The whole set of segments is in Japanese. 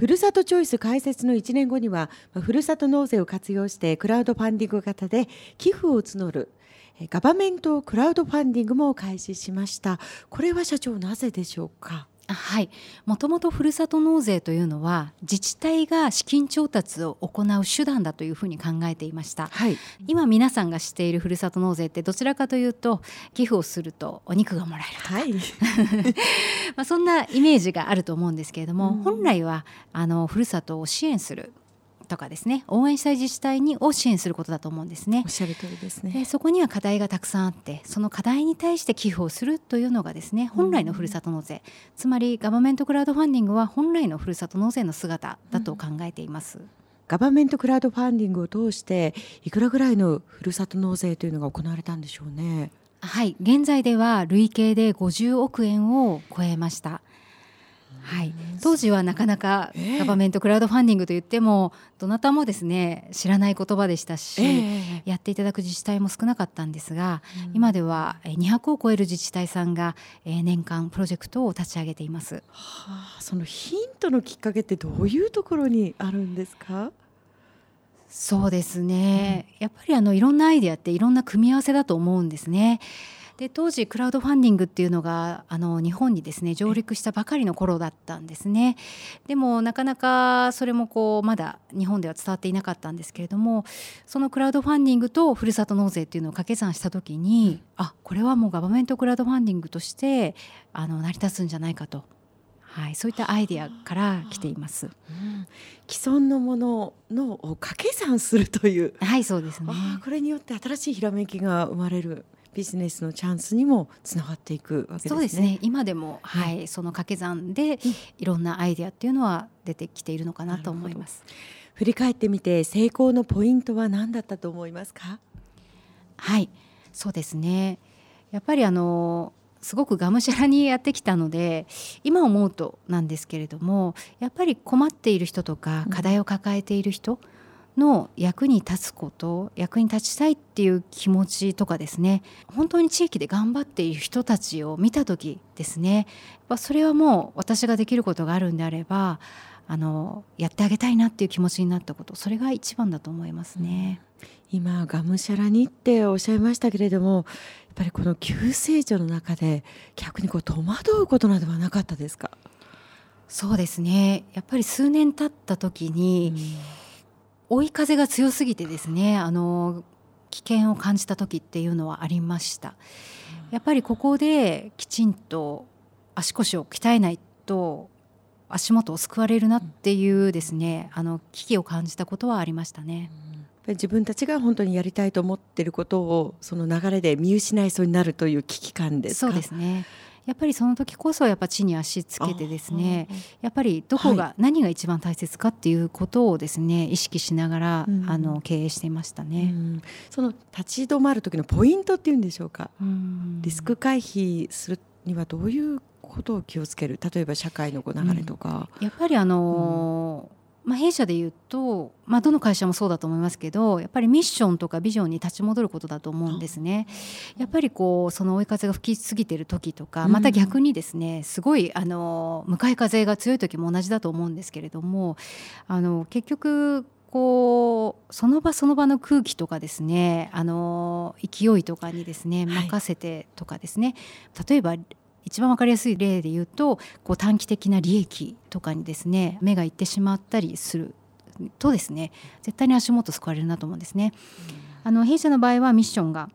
ふるさとチョイス開設の1年後には、ふるさと納税を活用してクラウドファンディング型で寄付を募るガバメントクラウドファンディングも開始しました。これは社長、なぜでしょうか？ はい、もともとふるさと納税というのは自治体が資金調達を行う手段だというふうに考えていました、 はい、 今皆さんが知っているふるさと納税ってどちらかというと寄付をするとお肉がもらえるとか、 はいそんなイメージがあると思うんですけれども、本来はふるさとを支援するとかですね、応援したい自治体を支援することだと思うんですね。 おっしゃる通りですね。 でそこには課題がたくさんあって、その課題に対して寄付をするというのがですね、本来のふるさと納税、つまりガバメントクラウドファンディングは本来のふるさと納税の姿だと考えています、 ガバメントクラウドファンディングを通していくらぐらいのふるさと納税というのが行われたんでしょうね？ はい、現在では累計で50億円を超えました。はい、当時はなかなかガバメントクラウドファンディングといってもどなたもですね知らない言葉でしたし、やっていただく自治体も少なかったんですが、今では200を超える自治体さんが年間プロジェクトを立ち上げています。 そのヒントのきっかけってどういうところにあるんですか？ そうですね、やっぱりいろんなアイデアっていろんな組み合わせだと思うんですね。で当時クラウドファンディングっていうのが日本にですね上陸したばかりの頃だったんですね。でもなかなかそれもまだ日本では伝わっていなかったんですけれども、そのクラウドファンディングとふるさと納税っていうのを掛け算した時に、これはもうガバメントクラウドファンディングとして成り立つんじゃないかと、そういったアイデアから来ています、 既存のもののを掛け算するという、 そうですね。 これによって新しいひらめきが生まれる、ビジネスのチャンスにもつながっていくわけですね。 そうですね、今でも、その掛け算でいろんなアイデアっていうのは出てきているのかなと思います。 振り返ってみて成功のポイントは何だったと思いますか？ はい、そうですね、やっぱりすごくがむしゃらにやってきたので、今思うとなんですけれども、やっぱり困っている人とか課題を抱えている人の役に立つこと、役に立ちたいっていう気持ちとかですね、本当に地域で頑張っている人たちを見た時ですね、やっぱそれはもう私ができることがあるんであればやってあげたいなっていう気持ちになったこと、それが一番だと思いますね。 今がむしゃらにっておっしゃいましたけれども、やっぱりこの急成長の中で逆に戸惑うことなどはなかったですか？ そうですね、やっぱり数年経った時に、追い風が強すぎてですね、危険を感じた時っていうのはありました。やっぱりここできちんと足腰を鍛えないと足元を救われるなっていうですね、危機を感じたことはありましたね。 自分たちが本当にやりたいと思っていることをその流れで見失いそうになるという危機感ですか？ そうですね、やっぱりその時こそ地に足つけてですね、やっぱりどこが、何が一番大切かっていうことをですね意識しながら、経営していましたね。 その立ち止まる時のポイントっていうんでしょうか、リスク回避するにはどういうことを気をつける？例えば社会の流れとか、 やっぱり弊社でいうと、どの会社もそうだと思いますけど、やっぱりミッションとかビジョンに立ち戻ることだと思うんですね。やっぱりその追い風が吹きすぎている時とか、また逆にですねすごい向かい風が強い時も同じだと思うんですけれども、結局その場その場の空気とかですね、勢いとかにですね任せてとかですね、例えば一番わかりやすい例で言うと、短期的な利益とかにですね目がいってしまったりするとですね、絶対に足元救われるなと思うんですね。弊社の場合はミッションが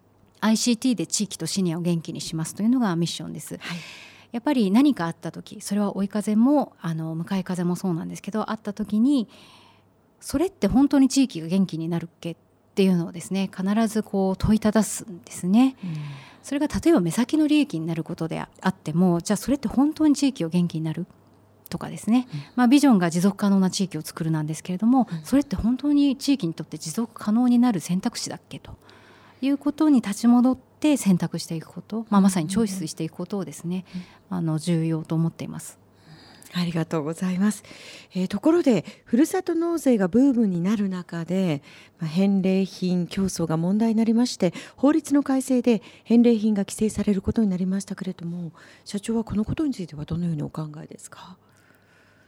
ICT で地域とシニアを元気にしますというのがミッションです。やっぱり何かあった時、それは追い風も向かい風もそうなんですけど、あった時にそれって本当に地域が元気になるっけっていうのをですね必ず問いただすんですね。それが例えば目先の利益になることであっても、じゃあそれって本当に地域を元気になるとかですね、ビジョンが持続可能な地域を作るなんですけれども、それって本当に地域にとって持続可能になる選択肢だっけということに立ち戻って選択していくこと、まさにチョイスしていくことをですね、重要と思っています。 ありがとうございます。ところでふるさと納税がブームになる中で、返礼品競争が問題になりまして、法律の改正で返礼品が規制されることになりましたけれども、社長はこのことについてはどのようにお考えですか？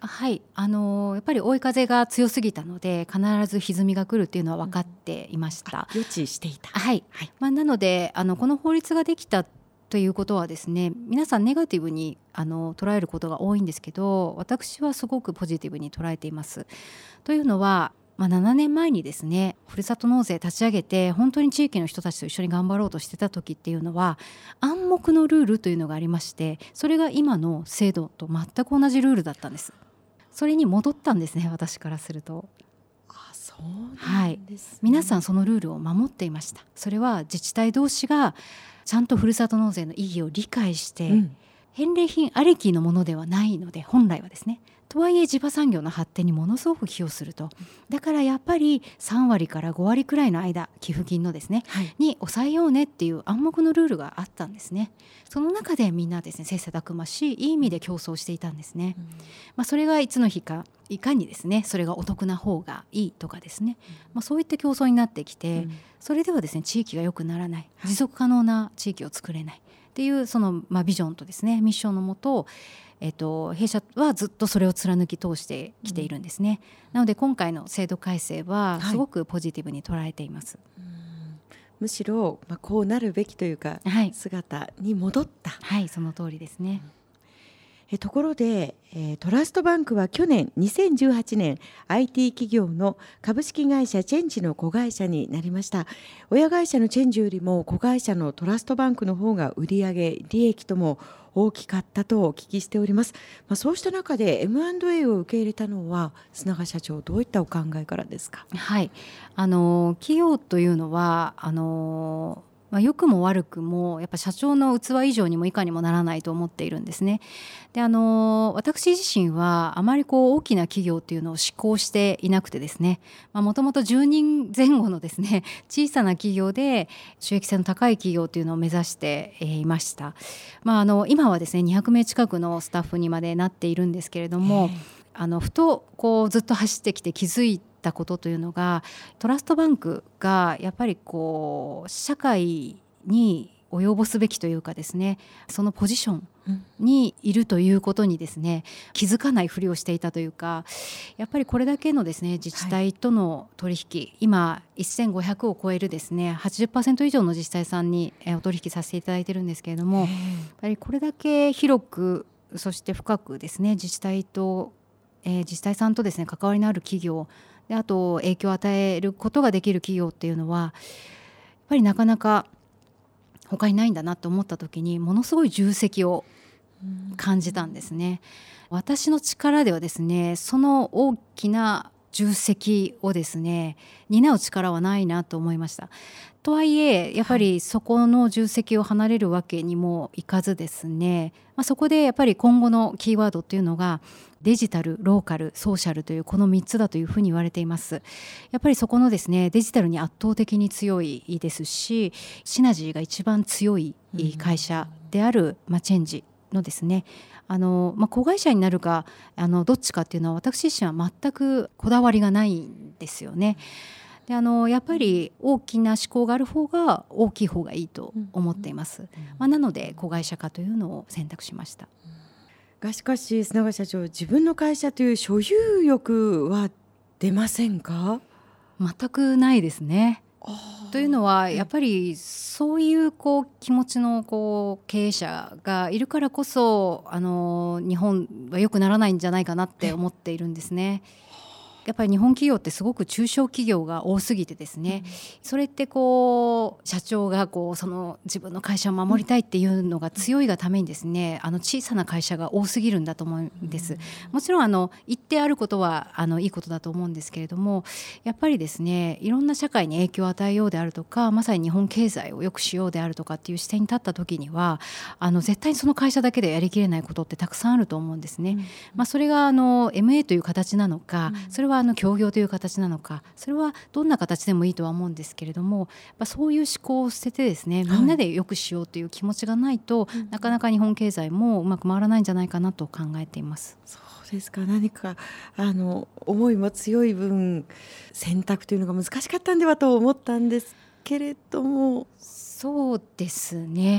はい、やっぱり追い風が強すぎたので必ず歪みが来るっていうのは分かっていました。 予知していた。 はい、はい、なのでこの法律ができたということはですね、皆さんネガティブに捉えることが多いんですけど、私はすごくポジティブに捉えています。というのは、7年前にですね、ふるさと納税立ち上げて本当に地域の人たちと一緒に頑張ろうとしてた時っていうのは暗黙のルールというのがありまして、それが今の制度と全く同じルールだったんです。それに戻ったんですね、私からすると。 そうなんですね。 はい、皆さんそのルールを守っていました。それは自治体同士がちゃんとふるさと納税の意義を理解して、返礼品ありきのものではないので、本来はですね。とはいえ地場産業の発展にものすごく寄与すると。だからやっぱり3割から5割くらいの間、寄付金のですね、に抑えようねっていう暗黙のルールがあったんですね。その中でみんなですね、切磋琢磨し、いい意味で競争していたんですね。それがいつの日かいかにですね、それがお得な方がいいとかですね、そういった競争になってきて、それではですね、地域が良くならない、持続可能な地域を作れないっていうその、ビジョンとですね、ミッションのもと、弊社はずっとそれを貫き通してきているんですね。なので今回の制度改正はすごくポジティブに捉えています。 むしろ、こうなるべきというか、姿に戻った。 はい、その通りですね。 ところで、トラストバンクは去年2018年 IT 企業の株式会社チェンジの子会社になりました。親会社のチェンジよりも子会社のトラストバンクの方が売上利益とも大きかったとお聞きしております。そうした中で M&A を受け入れたのは須永社長、どういったお考えからですか？ はい、企業というのは良くも悪くもやっぱ社長の器以上にも以下にもならないと思っているんですね。で私自身はあまり大きな企業っていうのを志向していなくてですね、もともと10人前後のですね、小さな企業で収益性の高い企業っていうのを目指していました。今はですね200名近くのスタッフにまでなっているんですけれども、ふとずっと走ってきて気づいたことというのが、トラストバンクがやっぱり社会に及ぼすべきというかですね、そのポジションにいるということにですね、気づかないふりをしていたというか、やっぱりこれだけのですね自治体との取引、今1500を超えるですね 80% 以上の自治体さんにお取引させていただいているんですけれども、やっぱりこれだけ広くそして深くですね自治体さんとですね関わりのある企業で、あと影響を与えることができる企業っていうのはやっぱりなかなか他にないんだなと思った時に、ものすごい重責を感じたんですね。私の力ではですね、その大きな重責をですね担う力はないなと思いました。とはいえやっぱりそこの重責を離れるわけにもいかずですね、そこでやっぱり今後のキーワードっていうのがデジタル、ローカル、ソーシャルというこの3つだというふうに言われています。やっぱりそこのですねデジタルに圧倒的に強いですし、シナジーが一番強い会社である、チェンジのですね子会社になるかどっちかっていうのは私自身は全くこだわりがないんですよね。でやっぱり大きな志向がある方が大きい方がいいと思っています。なので子会社化というのを選択しました。 しかし須永社長、自分の会社という所有欲は出ませんか？ 全くないですね。というのはやっぱりそういう気持ちの経営者がいるからこそ日本は良くならないんじゃないかなって思っているんですね。やっぱり日本企業ってすごく中小企業が多すぎてですね、それって社長がその自分の会社を守りたいっていうのが強いがためにですね、小さな会社が多すぎるんだと思うんです。もちろん言ってあることはいいことだと思うんですけれども、やっぱりですねいろんな社会に影響を与えようであるとか、まさに日本経済を良くしようであるとかっていう視点に立った時には絶対にその会社だけでやりきれないことってたくさんあると思うんですね。それがMA という形なのか、それは協業という形なのか、それはどんな形でもいいとは思うんですけれども、そういう思考を捨ててですね、みんなで良くしようという気持ちがないと、なかなか日本経済もうまく回らないんじゃないかなと考えています。 そうですか。何か思いも強い分選択というのが難しかったんではと思ったんですけれども。 そうですね、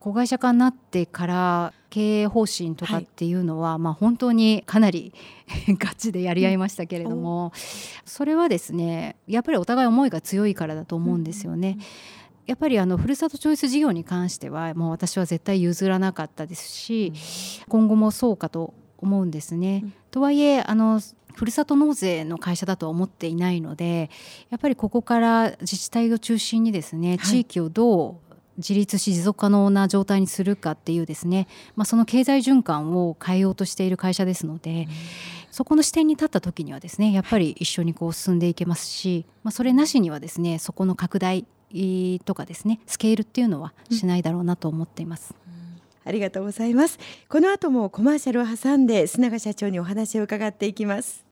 子会社化になってから経営方針とかっていうのは、本当にかなりガチでやり合いましたけれども、それはですねやっぱりお互い思いが強いからだと思うんですよね。やっぱりふるさとチョイス事業に関してはもう私は絶対譲らなかったですし、今後もそうかと思うんですね。とはいえふるさと納税の会社だとは思っていないので、やっぱりここから自治体を中心にですね、地域をどう自立し持続可能な状態にするかっていうですね、その経済循環を変えようとしている会社ですので、そこの視点に立った時にはですねやっぱり一緒に進んでいけますし、それなしにはですねそこの拡大とかですねスケールっていうのはしないだろうなと思っています。 ありがとうございます。この後もコマーシャルを挟んで須永社長にお話を伺っていきます。